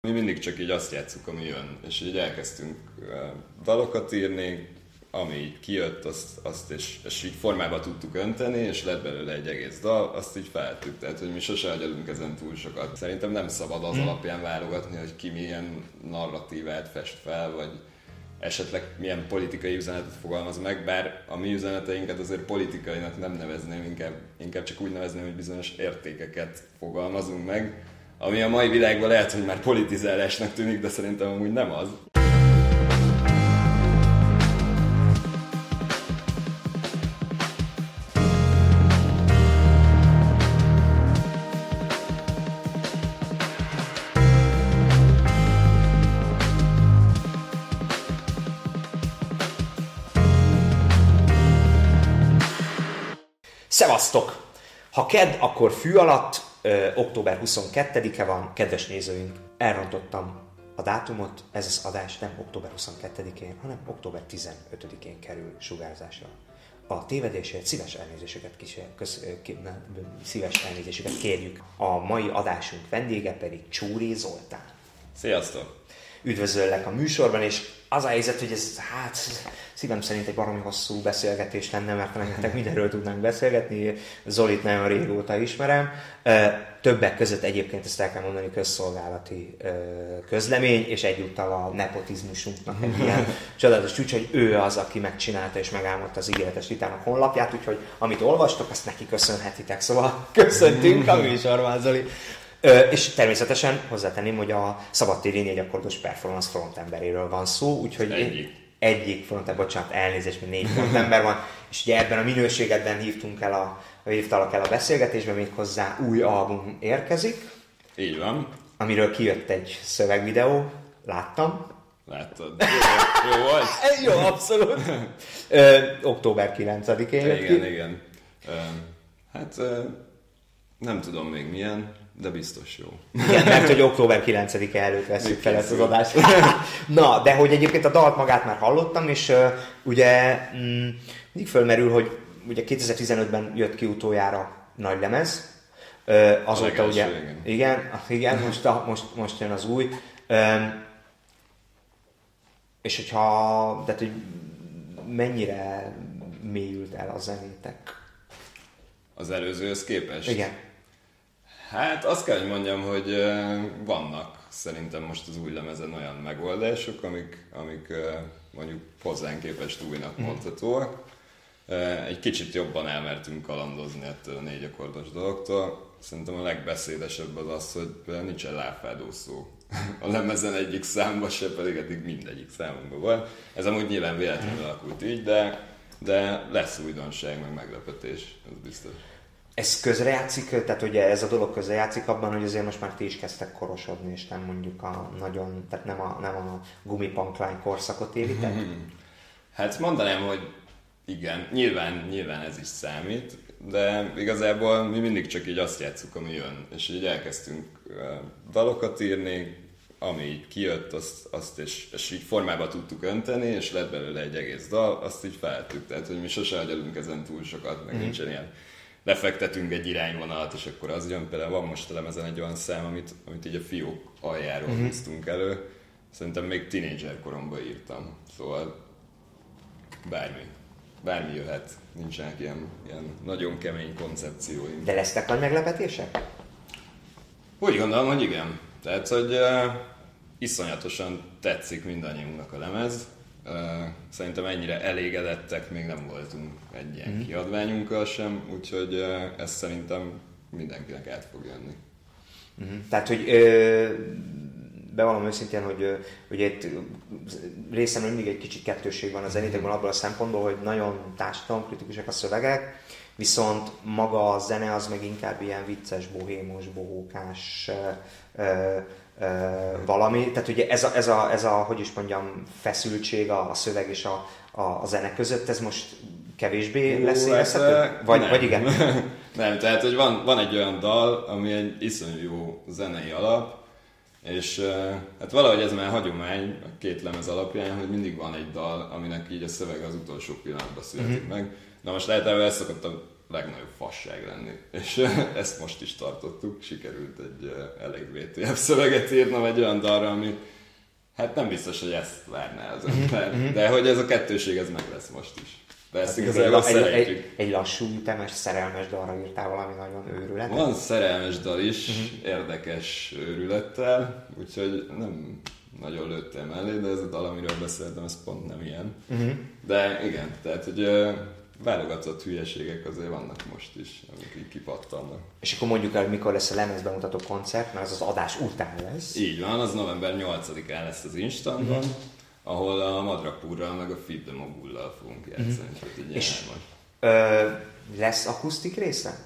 Mi mindig csak így azt játsszuk, ami jön, és így elkezdtünk dalokat írni, ami így kijött, azt és így formába tudtuk önteni, és lett belőle egy egész dal, azt így feltük, tehát hogy mi sose agyalunk ezen túl sokat. Szerintem nem szabad az alapján válogatni, hogy ki milyen narratívát fest fel, vagy esetleg milyen politikai üzenetet fogalmaz meg, bár a mi üzeneteinket azért politikainak nem nevezném, inkább csak úgy nevezném, hogy bizonyos értékeket fogalmazunk meg, ami a mai világban lehet, hogy már politizálásnak tűnik, de szerintem amúgy nem az. Szevasztok! Ha kedd, akkor fű alatt, október 22-e van, kedves nézőink, elrontottam a dátumot, ez az adás nem október 22-én, hanem október 15-én kerül sugárzásra. A tévedésért szíves elnézéseket kérjük. A mai adásunk vendége pedig Csúri Zoltán. Sziasztok! Üdvözöllek a műsorban, és az a helyzet, hogy ez szívem szerint egy baromi hosszú beszélgetés lenne, mert rengeteg mindenről tudnánk beszélgetni. Zolit nagyon régóta ismerem. Többek között egyébként ezt el kell mondani, közszolgálati közlemény, és egyúttal a nepotizmusunknak egy ilyen csodálatos csúcs, hogy ő az, aki megcsinálta és megálmodta az ígéretes Titának honlapját, úgyhogy amit olvastok, azt neki köszönhetitek. Szóval köszöntünk a műsorban, Zoli. És természetesen hozzátenném, hogy a szabadtéri 4 akkordos performance frontemberéről van szó, úgyhogy egyik frontember, bocsánat, elnézést, mert 4 frontember van, és ugye ebben a minőségedben hívtalak el a beszélgetésben, méghozzá új album érkezik. Így van. Amiről kijött egy szövegvideó, láttam. Láttad? Jó volt? Jó, abszolút. Október 9-én jött ki. Igen. Nem tudom még milyen, de biztos jó. Igen, mert hogy október 9-e előtt veszünk fel ezt az adást. Na, de hogy egyébként a dalt magát már hallottam, és ugye mindig fölmerül, hogy ugye 2015-ben jött ki utoljára nagy lemez. Azóta ugye... Igen, most jön az új. És hogyha... Tehát, hogy mennyire mélyült el a zenétek? Az előzőhöz képest? Igen. Hát azt kell, hogy mondjam, hogy vannak szerintem most az új lemezen olyan megoldások, amik mondjuk hozzánk képest újnak mondhatóak. Egy kicsit jobban elmertünk kalandozni ettől a 4 akkordos dologtól. Szerintem a legbeszédesebb az, hogy nincsen lábfádó szó a lemezen egyik számban se, pedig eddig mindegyik számunkban van. Ez amúgy nyilván véletlenül alakult így, de lesz újdonság, meg meglepetés, ez biztos. Ez közrejátszik, tehát ugye ez a dolog közrejátszik abban, hogy azért most már ti is kezdtek korosodni, és nem mondjuk tehát nem a gumipanklány korszakot élitek? Hát mondanám, hogy igen, nyilván ez is számít, de igazából mi mindig csak így azt játsszuk, ami jön, és így elkezdtünk dalokat írni, ami így kijött, azt és így formába tudtuk önteni, és lett belőle egy egész dal, azt így feltük, tehát hogy mi sose agyalunk ezen túl sokat, meg nincsen ilyen lefektetünk egy irányvonalat, és akkor az jön. Például van most a lemezen egy olyan szám, amit így a fiók aljáról húztunk elő. Szerintem még tínédzser koromban írtam. Szóval bármi jöhet. Nincsenek ilyen nagyon kemény koncepcióim. De lesznek nagy meglepetések? Úgy gondolom, hogy igen. Tehát, hogy iszonyatosan tetszik mindannyiunknak a lemez. Szerintem ennyire elégedettek még nem voltunk egy ilyen kiadványunkkal sem, úgyhogy ez szerintem mindenkinek át fog jönni. Tehát, hogy bevallom őszintén, hogy ugye itt részemről mindig egy kicsit kettősség van a zenétekben abban a szempontból, hogy nagyon társadalomkritikusak a szövegek, viszont maga a zene az meg inkább ilyen vicces, bohémos, bohókás valami. Tehát ugye ez a hogy is mondjam, feszültség a szöveg és a zene között, ez most kevésbé lesz érezhető? Vagy igen? Nem, tehát hogy van egy olyan dal, ami egy iszonyú jó zenei alap, és hát valahogy ez már hagyomány a 2 lemez alapján, hogy mindig van egy dal, aminek így a szöveg az utolsó pillanatban születik meg. Na most általában ez szokott a legnagyobb fasság lenni. És ezt most is tartottuk, sikerült egy elég VTF szöveget írnom egy olyan dalra, ami hát nem biztos, hogy ezt várná az ember, de hogy ez a kettőség ez meg lesz most is. De ezt igazából szeretjük. Egy lassú, ütemes, szerelmes dalra írtál valami nagyon őrületet? Van szerelmes dal is, érdekes őrülettel, úgyhogy nem nagyon lőttem mellé, de ez a dal, amiről beszéltem, ez pont nem ilyen. De igen, tehát hogy válogatott hülyeségek azért vannak most is, amik így kipattannak. És akkor mondjuk el, mikor lesz a lemezbemutató koncert, mert az az adás után lesz. Így van, az november 8-án lesz az Instantban, ahol a Madrapurral meg a Feed the Mogullal fogunk játszani. És lesz akusztik része?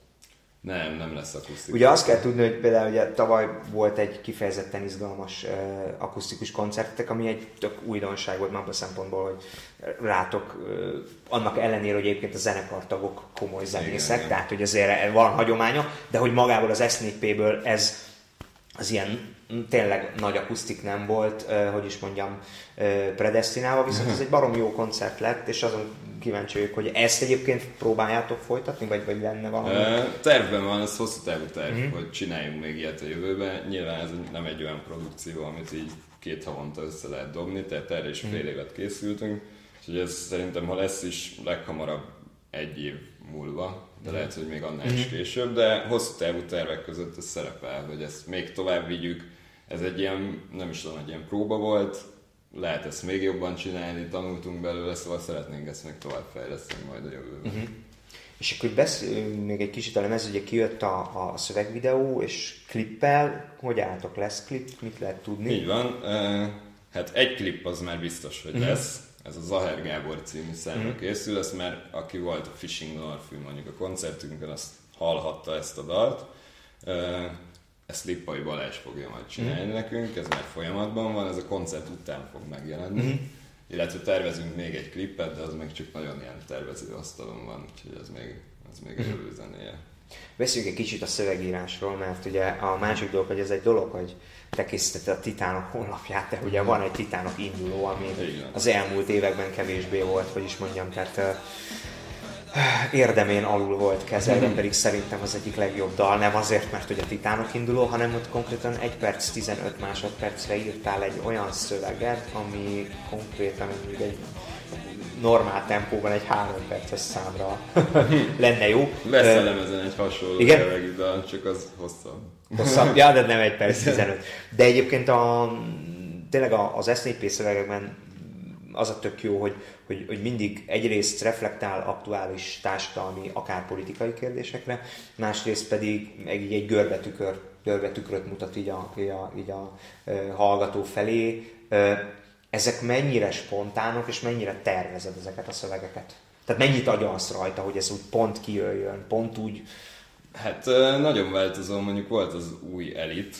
Nem lesz akusztikus. Ugye azt kell tudni, hogy például ugye, tavaly volt egy kifejezetten izgalmas akusztikus koncertetek, ami egy tök újdonság volt már abban a szempontból, hogy rátok, annak ellenére, hogy egyébként a zenekartagok komoly zenészek, igen. Tehát hogy azért van hagyománya, de hogy magából az S4P-ből ez az ilyen tényleg nagy akusztik nem volt, hogy is mondjam, predesztinálva, viszont ez egy barom jó koncert lett, és azon kíváncsi vagyok, hogy ezt egyébként próbáljátok folytatni, vagy lenne valami? Tervben van, ez hosszú távú terv, hogy csináljunk még ilyet a jövőben. Nyilván ez nem egy olyan produkció, amit így 2 havonta össze lehet dobni, tehát erre is fél évet készültünk, úgyhogy ez szerintem, ha lesz is leghamarabb 1 év múlva, de lehet, hogy még annál is később, de hosszú távú tervek között ez szerepel, hogy ezt még tovább vigyük. Ez egy ilyen, nem is tudom, egy ilyen próba volt, lehet ezt még jobban csinálni, tanultunk belőle, szóval szeretnénk ezt még tovább fejleszteni majd a jövőben. És akkor beszéljünk még egy kicsit a lemez, ugye kijött a szövegvideó és klippel, hogy álltok, lesz klip, mit lehet tudni? Így van, hát egy klip az már biztos, hogy lesz, ez a Zahár Gábor című számra készül, ezt már aki volt a Fishing Northfű mondjuk a koncertünkön, azt hallhatta ezt a dalt. Ezt Lippai Balázs fogja majd csinálni nekünk, ez már folyamatban van, ez a koncert után fog megjelenni. Illetve tervezünk még egy klippet, de az még csak nagyon ilyen tervező asztalon van, úgyhogy ez még előzenéje. Beszéljünk egy kicsit a szövegírásról, mert ugye a másik dolog, hogy ez egy dolog, hogy te készítetted a Titánok honlapját, de ugye van egy Titánok induló, ami az elmúlt években kevésbé volt, hogy is mondjam, tehát érdemén alul volt kezelve, pedig szerintem az egyik legjobb dal, nem azért, mert hogy a Titánok induló, hanem hogy konkrétan 1 perc 15 másodpercre írtál egy olyan szöveget, ami konkrétan egy normál tempóban egy 3 perces számra lenne jó. Lesz a lemezen egy hasonló szövegű dal, csak az hosszabb. Hosszabb, ja, de nem 1 perc 15. De egyébként tényleg az S4P szövegekben az a tök jó, hogy mindig egyrészt reflektál aktuális társadalmi, akár politikai kérdésekre, másrészt pedig egy görbetükröt mutat így a hallgató felé. Ezek mennyire spontánok, és mennyire tervezed ezeket a szövegeket? Tehát mennyit agyalsz rajta, hogy ez úgy pont kijöjjön, pont úgy? Hát nagyon változó, mondjuk volt az új Elit,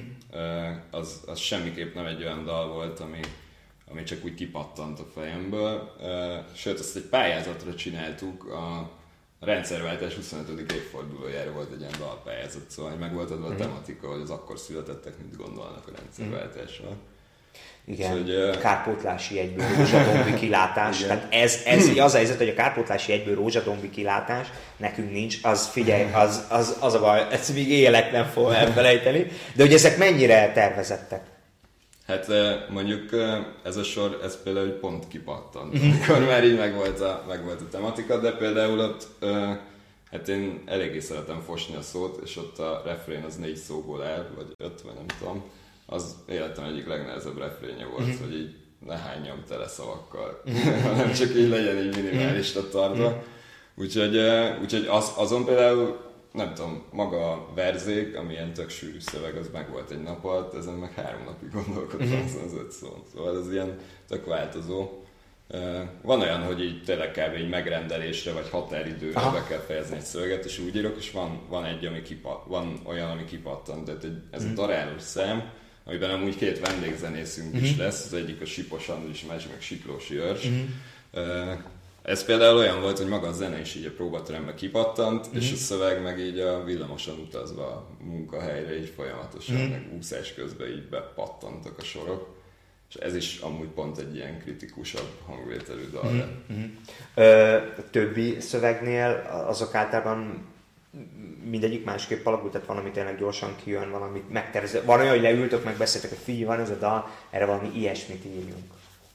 az semmiképp nem egy olyan dal volt, ami csak úgy kipattant a fejemből. Sőt, azt egy pályázatra csináltuk, a rendszerváltás 25. évfordulójára volt egy ilyen dalpályázat, szóval meg volt adva a tematika, hogy az akkor születettek mit gondolnak a rendszerváltásról. Igen, úgyhogy, kárpótlási egyből rózsadombi kilátás. Tehát ez az a helyzet, hogy a kárpótlási egyből rózsadombi kilátás nekünk nincs, az figyelj, az a baj, ezt még élek nem fogom elfelejteni. De hogy ezek mennyire tervezettek? Hát mondjuk ez a sor, ez például pont kipattant, amikor már így megvolt a tematika, de például ott hát én eléggé szeretem fosni a szót, és ott a refrén az 4 szóból áll, vagy 5, vagy nem tudom. Az életem egyik legnehezebb refrénje volt, hogy így ne hányjam tele szavakkal, hanem csak így legyen így minimálisra tartva. Úgyhogy azon például, nem tudom, maga a verzék, ami ilyen tök sűrű szöveg, az meg volt egy nap alatt, ezen meg 3 napig gondolkodtam az 5 szón. Szóval ez ilyen tök változó. Van olyan, hogy így tényleg kb. Így megrendelésre vagy határidőre be kell fejezni egy szöveget, és úgy írok, és van olyan, ami kipattant. Tehát ez a darálós szám, amiben amúgy 2 vendégzenészünk is lesz, az egyik a Sipos Andris, a másik meg Siklósi Őrs. Ez például olyan volt, hogy maga a zene is így a próbateremben kipattant, és a szöveg meg így a villamoson utazva a munkahelyre így folyamatosan, meg úszás közben így bepattantak a sorok. És ez is amúgy pont egy ilyen kritikusabb hangvételű dal lett. A többi szövegnél azok általában mindegyik másképp alakul, tehát van, ami tényleg gyorsan kijön, van, amit megtervezett. Van olyan, hogy leültök, megbeszéltek, hogy figyelj, van ez a dal, erre valami ilyesmit írjunk.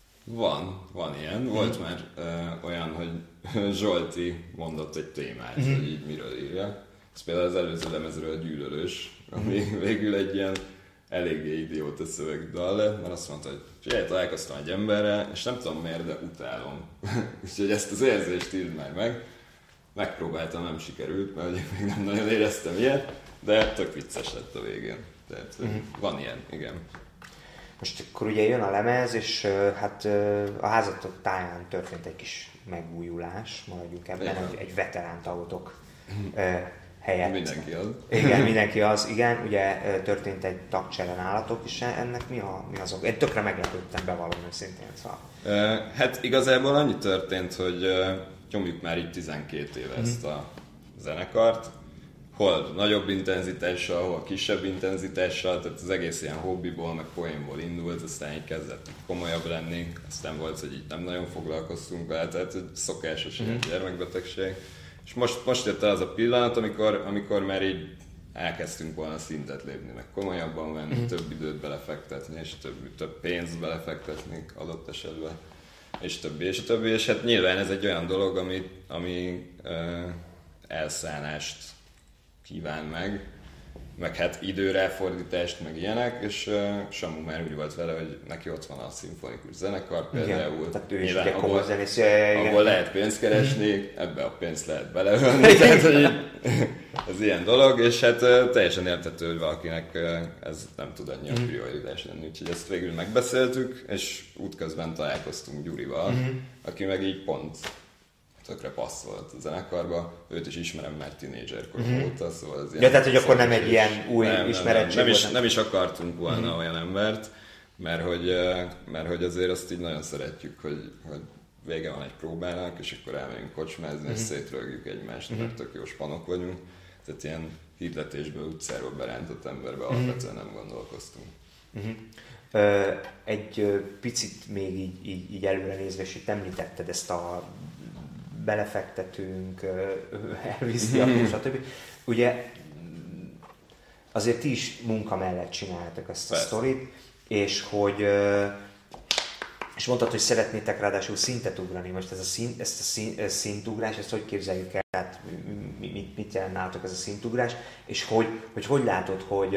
Van ilyen. Volt már olyan, hogy Zsolti mondott egy témát, hogy így miről írja. Ez például az előző lemezről a Gyűlölős, ami végül egy ilyen eléggé idióta szövegdal lett, mert azt mondta, hogy figyelj, találkoztam egy emberrel, és nem tudom miért, de utálom. Úgyhogy ezt az érzést írd már meg. Megpróbáltam, nem sikerült, mert még nem nagyon éreztem ilyet, de tök vicces lett a végén. Tehát van ilyen, igen. Most akkor ugye jön a lemez, és hát a házatok táján történt egy kis megújulás, maradjunk ebben, egy veterán tagotok helyett. Mindenki az. Igen, mindenki az, igen. Ugye történt egy tagcsere nálatok, és ennek mi az ok? Én tökre meglepődtem, bevallom őszintén. Szóval. Hát igazából annyi történt, hogy nyomjuk már így 12 éve ezt a zenekart. Hol nagyobb intenzitással, hol kisebb intenzitással, tehát az egész ilyen hobbiból, meg poénból indult, aztán így kezdett komolyabb lenni, aztán volt, hogy így nem nagyon foglalkoztunk vele, tehát egy szokásos ilyen gyermekbetegség. És most jött el az a pillanat, amikor már így elkezdtünk volna szintet lépni, meg komolyabban venni, több időt belefektetni, és több pénzt belefektetni adott esetben, és többi, és többi. És hát nyilván ez egy olyan dolog, ami elszállást kíván meg hát időráfordítást, meg ilyenek, és Samu már úgy volt vele, hogy neki ott van a szimfonikus zenekar például. Tehát ő is ugye komoly zenész. Ahol lehet pénzt keresni, ebbe a pénzt lehet beleölni, tehát hogy ez ilyen dolog, és hát teljesen értető, hogy valakinek ez nem tud annyi a prioritás lenni, úgyhogy ezt végül megbeszéltük, és útközben találkoztunk Gyurival, aki meg így pont tökre passzolt a zenekarba, őt is ismerem már tínédzserkor óta, szóval az ilyen... Ja, tehát, hogy akkor nem egy ilyen új ismerettség volt. Nem is akartunk volna olyan embert, mert hogy azért azt így nagyon szeretjük, hogy vége van egy próbának, és akkor elmegyünk kocsmázni, és szétrögjük egymást, mert tök jó spanok vagyunk. Tehát ilyen hirdetésből, utcáról berántott emberbe alapvetően nem gondolkoztunk. Egy picit még így előre nézve, és itt említetted ezt a belefektetünk, elviszi, stb. Ugye azért ti is munka mellett csináltak ezt a sztorit, és mondtad, hogy szeretnétek ráadásul szintet ugrani. Most ezt a szintugrás, ezt hogy képzeljük el? Tehát mit jelent nálatok ez a szintugrás? És hogy látod, hogy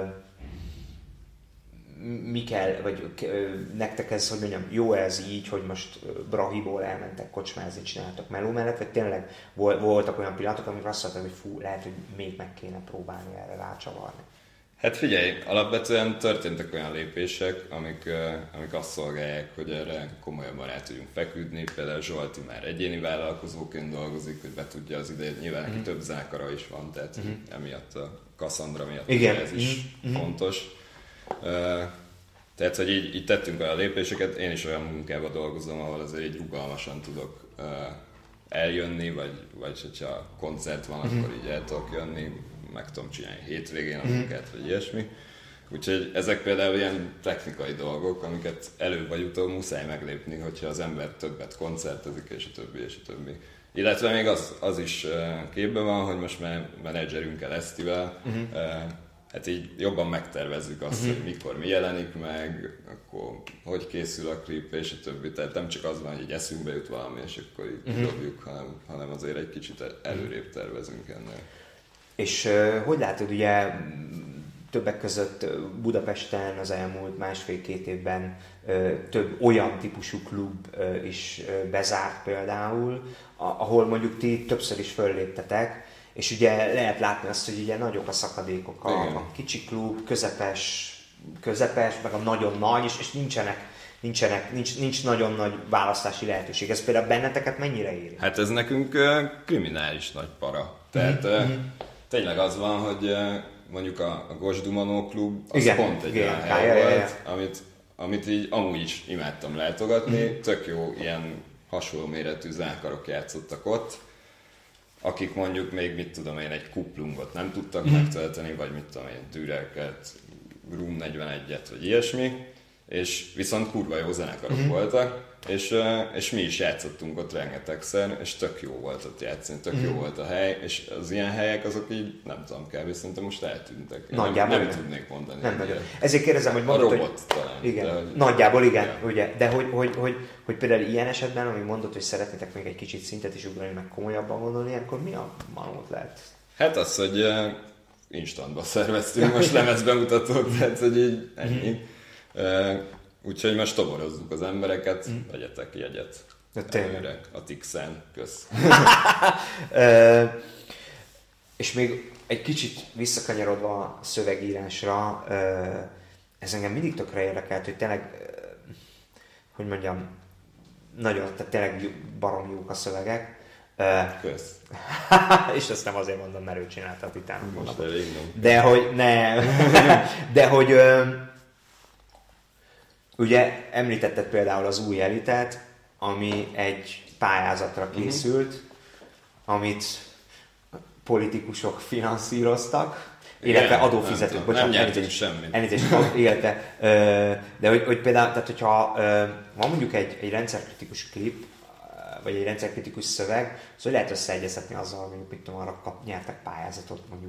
mi kell, vagy nektek ez, hogy mondjam, jó ez így, hogy most Brahiból elmentek kocsmázni, csináltak meló mellett, vagy tényleg voltak olyan pillanatok, amikor azt mondták, hogy fú, lehet, hogy még meg kéne próbálni erre rácsavarni? Hát figyelj, alapvetően történtek olyan lépések, amik azt szolgálják, hogy erre komolyabban rá tudjunk feküdni. Például Zsolti már egyéni vállalkozóként dolgozik, hogy be tudja az idejét. Nyilván neki több zenekara is van, tehát emiatt a Cassandra miatt ez is fontos. Tehát, hogy így tettünk olyan lépéseket, én is olyan munkában dolgozom, ahol azért így rugalmasan tudok eljönni, vagy hogyha koncert van, akkor így el tudok jönni, meg tudom csinálni hétvégén a munkát, vagy ilyesmi. Úgyhogy ezek például ilyen technikai dolgok, amiket előbb vagy utóbb muszáj meglépni, hogyha az ember többet koncertezik, és a többi, és a többi. Illetve még az is képben van, hogy most már menedzserünkkel Esztivel, hát így jobban megtervezzük azt, hogy mikor mi jelenik meg, akkor hogy készül a klip, és a többi. Tehát nem csak az van, hogy így eszünkbe jut valami, és akkor így dobjuk, hanem azért egy kicsit előrébb tervezünk ennél. És hogy látod, ugye többek között Budapesten az elmúlt másfél-két évben több olyan típusú klub is bezárt például, ahol mondjuk ti többször is fölléptetek, és ugye lehet látni azt, hogy ugye nagyok a szakadékok, a kicsi klub, közepes, meg a nagyon nagy, és nincs nagyon nagy választási lehetőség. Ez például benneteket mennyire éri? Hát ez nekünk kriminális nagy para. Tehát tényleg az van, hogy mondjuk a Gosdumanó klub, az pont egy olyan hely volt, amit így amúgy is imádtam látogatni. Tök jó ilyen hasonló méretű zenekarok játszottak ott, akik mondjuk még, mit tudom én, egy kuplungot nem tudtak megtölteni, vagy mit tudom én, Dürerket, Room 41-et, vagy ilyesmi. és viszont kurva jó zenekarok voltak, és mi is játszottunk ott rengetegszer, és tök jó volt ott játszani, tök jó volt a hely, és az ilyen helyek azok így, nem tudom, kb. Szerintem most eltűntek. Nagyjából nem tudnék mondani. Nem nagyon. Ezért kérdezem, hogy mondod, a robot hogy... talán. Igen, de, nagyjából igen, igen. ugye. De hogy például ilyen esetben, amíg mondod, hogy szeretnétek még egy kicsit szintet is ugrani, meg komolyabban gondolni, akkor mi a manót lehet? Hát az, hogy instantba szerveztünk most lemezbemutatót, tehát hogy így ennyi. Úgyhogy most toborozzuk az embereket, vegyetek jegyet. Előre, a Tixen, kösz. És még egy kicsit visszakanyarodva a szövegírásra, ez engem mindig tökre érdekelt, hogy tényleg, hogy mondjam, nagyon, tehát tényleg baromi jók a szövegek. Kösz. És ezt nem azért mondom, mert ő csinálta a Titánok mondatot. De hogy nem. De hogy ugye említetted például az új Elitet, ami egy pályázatra készült, amit politikusok finanszíroztak, illetve adófizetők. Nem nyertünk semmit. De hogy például, tehát hogyha van mondjuk egy rendszerkritikus klip, vagy egy rendszerkritikus szöveg, szóval lehet összeegyeztetni azzal, hogy mondjuk, mit tudom, arra nyertek pályázatot mondjuk.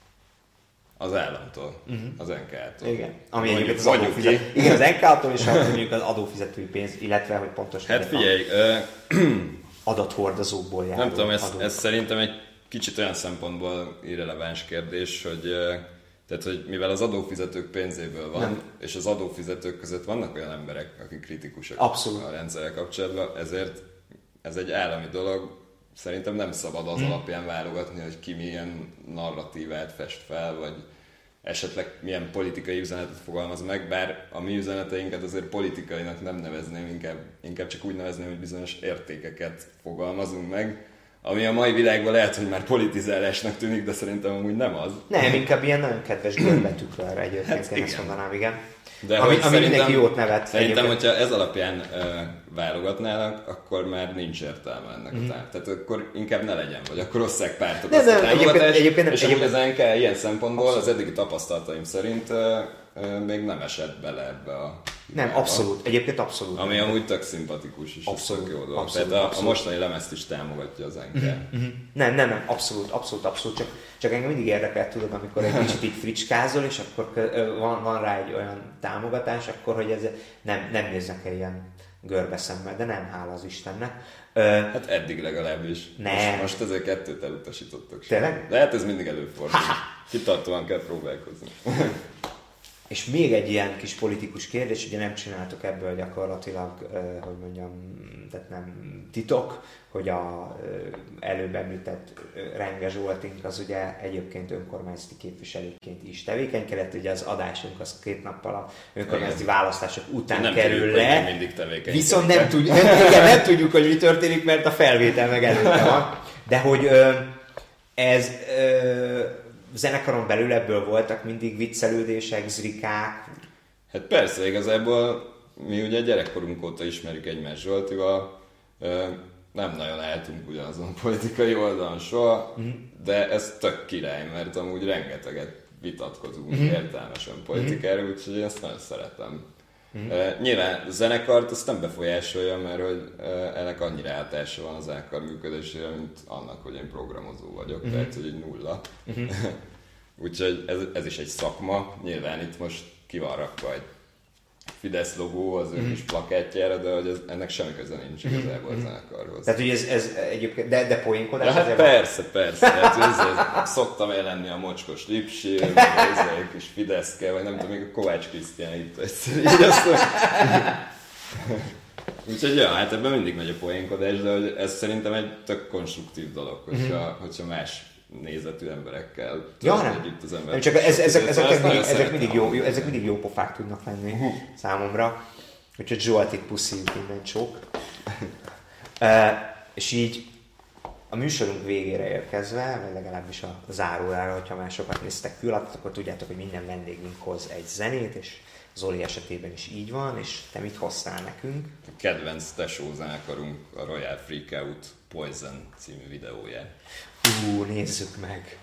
Az államtól, az NK-tól. Igen, ami egyébként az adófizető. Igen, az NK-tól és mondjuk az adófizetői pénz, illetve, hogy pontosan hát figyelj, adathordozókból jár. Nem tudom, ez szerintem egy kicsit olyan szempontból irreleváns kérdés, hogy mivel az adófizetők pénzéből van, és az adófizetők között vannak olyan emberek, akik kritikusak a rendszerrel kapcsolatban, ezért ez egy állami dolog. Szerintem nem szabad az alapján válogatni, hogy ki milyen narratívát fest fel, vagy esetleg milyen politikai üzenetet fogalmaz meg, bár a mi üzeneteinket azért politikainak nem nevezném, inkább csak úgy nevezném, hogy bizonyos értékeket fogalmazunk meg, ami a mai világban lehet, hogy már politizálásnak tűnik, de szerintem amúgy nem az. Nem, inkább ilyen nagyon kedves görbetűkről egyébként, hát én ezt mondanám, igen. De ami mindenki jót nevet. Szerintem, hogyha ez alapján válogatnának, akkor már nincs értelme ennek a támogatás. Tehát akkor inkább ne legyen, vagy akkor osszák pártok azt a támogatást. És amúgy az NK ilyen szempontból az eddigi tapasztalataim szerint még nem esett bele ebbe a... Nem, abszolút. Egyébként abszolút. Ami amúgy tök szimpatikus és abszolút, jó dolog. Tehát a mostani lemezt is támogatja az NK. Nem, abszolút. Csak engem mindig érdekelt, tudod, amikor egy kicsit így fricskázol, és akkor van rá egy olyan támogatás, akkor hogy ez nem néznek el ilyen görbeszemmel, de nem, hála az Istennek. Hát eddig legalábbis. Most ezért kettőt elutasítottak. Tényleg? De hát ez mindig előfordul. Kitartóan kell próbálkozni. És még egy ilyen kis politikus kérdés, ugye nem csináltok ebből gyakorlatilag, hogy mondjam, tehát nem titok, hogy a előbb említett Renge Zsoltink az ugye egyébként önkormányzati képviselőként is tevékenykedett, ugye az adásunk az 2 nappal a önkormányzati választások után nem kerül le. Viszont nem tudjuk, hogy mi történik, mert a felvétel meg előtte van. De hogy ez... zenekaron belül ebből voltak mindig viccelődések, zrikák. Hát persze, igazából mi ugye gyerekkorunk óta ismerjük egymást Zsoltival, nem nagyon álltunk ugyanazon politikai oldalon soha, de ez tök király, mert amúgy rengeteget vitatkozunk értelmesen politikáról, úgyhogy én ezt nagyon szeretem. Nyilván a zenekart azt nem befolyásolja, mert hogy ennek annyira hatása van a zenekar működésére, mint annak, hogy én programozó vagyok, tehát hogy egy nulla. Úgyhogy ez is egy szakma, nyilván itt most ki van rakva egy Fidesz logó az ő kis plakátjára, de hogy ennek semmi köze nincs igazából a zenekarhoz. Tehát, hogy ez egyébként, de poénkodás? Hát persze. Hát, szoktam lenni a mocskos lipsír, egy kis Fideszke, vagy nem tudom, még a Kovács Krisztián itt egyszer így aztán. Úgyhogy ja, hát ebben mindig megy a poénkodás, de hogy ez szerintem egy tök konstruktív dolog, hogyha más nézetű emberekkel együtt az ember. Csak ezek mindig jó pofák tudnak lenni számomra. Úgyhogy Zsoltit puszíjuk innen csók. És így a műsorunk végére érkezve, vagy legalábbis a zárójára, hogyha már sokat néztek külaltat, akkor tudjátok, hogy minden vendégünk hoz egy zenét, és Zoli esetében is így van, és te mit hoztál nekünk? A kedvenc tesó zenekarunk a Royal Freakout Poison című videóját. Nézzük meg!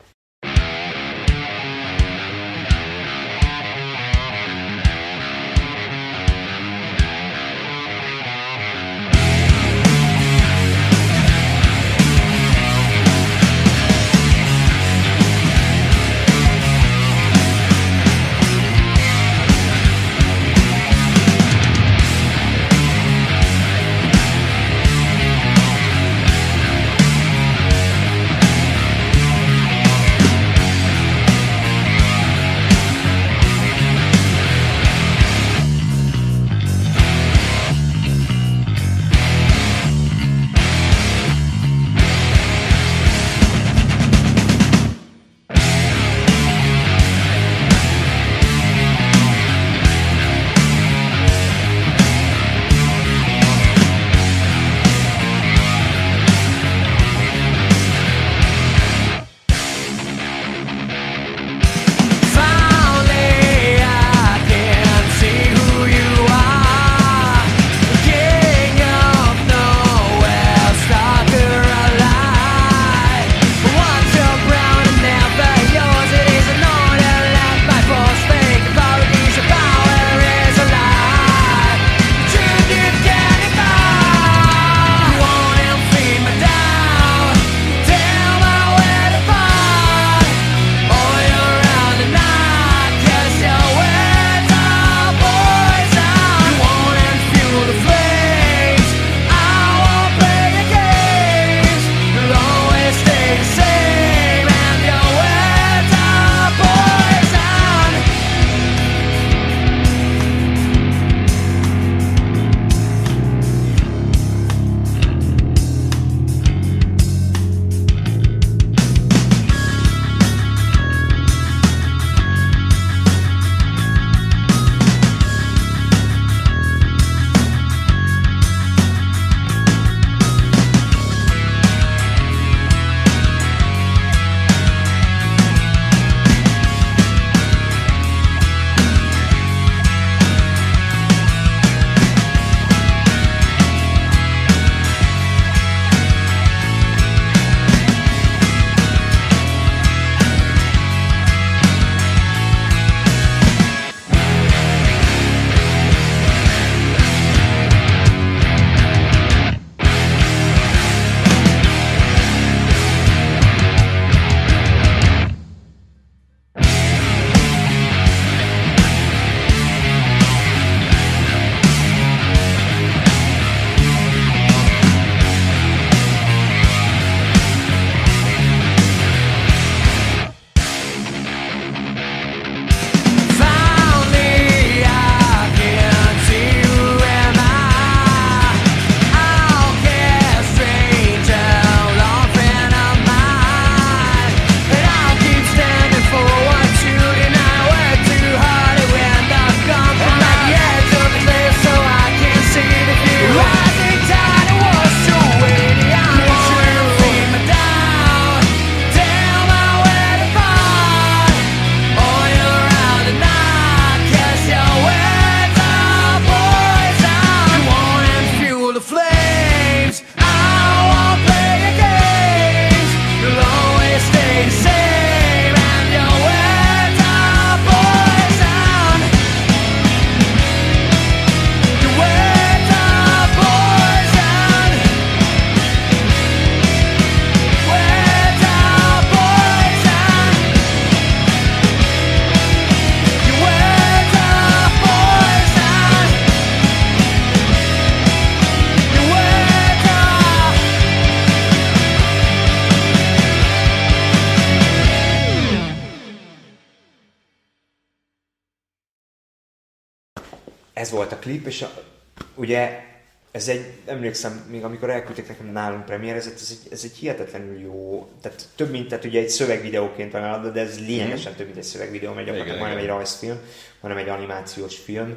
ez volt a klip, és ugye ez emlékszem, még amikor elküldték nekem nálunk premierezett, ez egy hihetetlenül jó, tehát több mint, tehát ugye egy szövegvideóként van eladva, de ez lényegesen több mint egy szövegvideó, mert gyakorlatilag majdnem egy rajzfilm, hanem egy animációs film.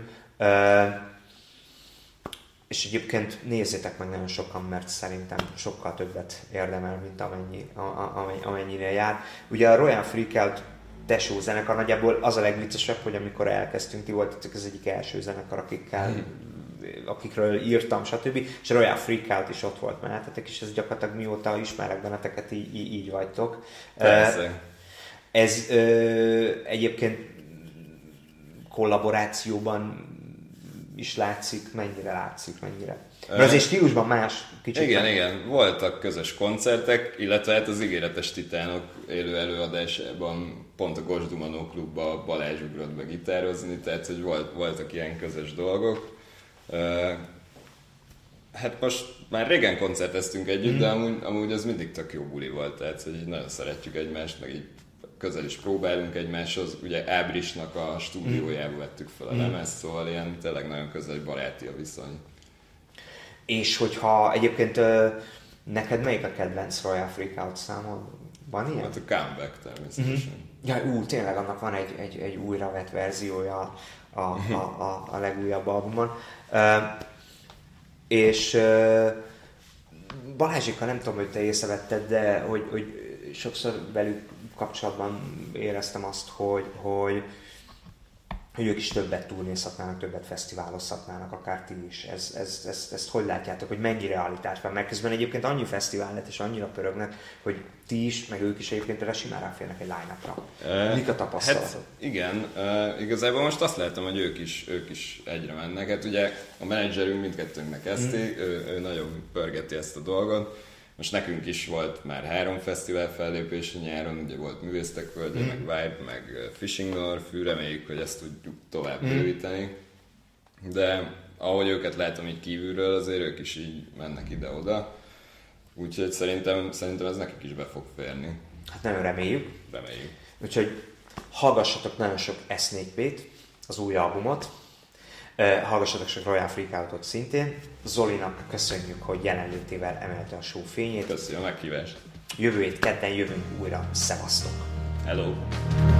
És egyébként nézzétek meg nagyon sokan, mert szerintem sokkal többet érdemel, mint amennyire jár. Ugye a Royal Freakout tesó zenekar nagyjából az a legviccesebb, hogy amikor elkezdtünk, ti voltatok az egyik első zenekar, akikről írtam, stb. És a Royal Freakout is ott volt mellettetek, és ez gyakorlatilag mióta ismerek benneteket, így vagytok. Persze. Ez egyébként kollaborációban is látszik, mennyire? Mert azért stílusban más kicsit. Igen, voltak közös koncertek, illetve hát az Ígéretes Titánok élő előadásában pont a Gosdú Manó klubba Balázs ugrott be gitározni, tehát hogy voltak ilyen közös dolgok. Hát most már régen koncerteztünk együtt, de amúgy az mindig tök jó buli volt, tehát hogy így nagyon szeretjük egymást, meg így közel is próbálunk egymáshoz. Ugye Ábrisnak a stúdiójába vettük fel a lemezt, szóval ilyen tényleg nagyon közel, baráti a viszony. És hogyha egyébként neked melyik a kedvenc Royal Freakout számod? Van ilyen? Hát a Comeback természetesen. Ja, tényleg annak van egy újra vett verziója a legújabb albumon. És Balázsikkal nem tudom, hogy te észrevetted, de hogy sokszor velük kapcsolatban éreztem azt, hogy ők is többet turnézhatnának, többet fesztiválozhatnának, akár ti is. Ezt hogy látjátok, hogy mennyi realitás van? Mert közben egyébként annyi fesztivál lett és annyira pörögnek, hogy ti is, meg ők is egyébként erre simán ráférnek egy line-upra. Mik a tapasztalatok? Hát igen, igazából most azt látom, hogy ők is egyre mennek. Hát ugye a menedzserünk mindkettőnknek eszti, ő nagyon pörgeti ezt a dolgot. Most nekünk is volt már 3 fesztivál fellépés nyáron, ugye volt Művésztek Földje, meg Vibe, meg Fishing North, reméljük, hogy ezt tudjuk tovább bővíteni. De ahogy őket látom így kívülről, azért ők is így mennek ide-oda. Úgyhogy szerintem ez nekik is be fog férni. Hát nagyon reméljük. Reméljük. Úgyhogy hallgassatok nagyon sok S4P-t, az új albumot. Hallgassatok sok Royal Freakoutot szintén. Zolinak köszönjük, hogy jelenlétével emelte a show fényét. Köszönjük a meghívást. Jövő hét kedden jövünk újra. Szevasztok! Hello!